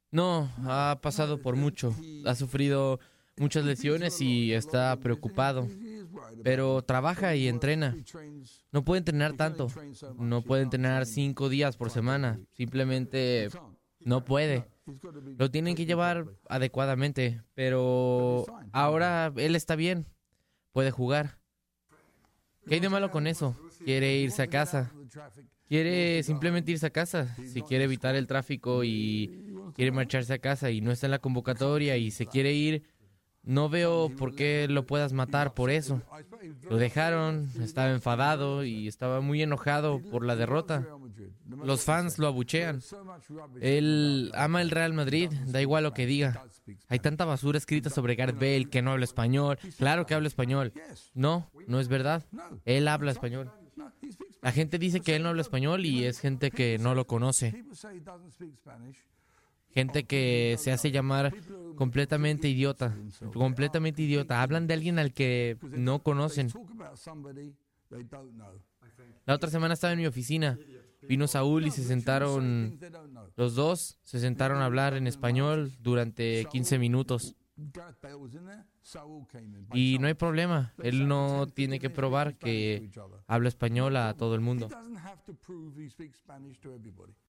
No, ha pasado por mucho. Ha sufrido muchas lesiones y está preocupado. Pero trabaja y entrena. No puede entrenar tanto. No puede entrenar 5 días por semana. Simplemente no puede. Lo tienen que llevar adecuadamente. Pero ahora él está bien. Puede jugar. ¿Qué hay de malo con eso? Quiere irse a casa. Quiere simplemente irse a casa. Si quiere evitar el tráfico y quiere marcharse a casa y no está en la convocatoria y se quiere ir, no veo por qué lo puedas matar por eso. Lo dejaron, estaba enfadado y estaba muy enojado por la derrota. Los fans lo abuchean. Él ama el Real Madrid, da igual lo que diga. Hay tanta basura escrita sobre Gareth Bale que no habla español. Claro que habla español. No, no es verdad. Él habla español. La gente dice que él no habla español y es gente que no lo conoce. Gente que se hace llamar completamente idiota. Completamente idiota. Hablan de alguien al que no conocen. La otra semana estaba en mi oficina. Vino Saúl y se sentaron, los dos se sentaron a hablar en español durante 15 minutos. Y no hay problema. Él no tiene que probar que habla español a todo el mundo.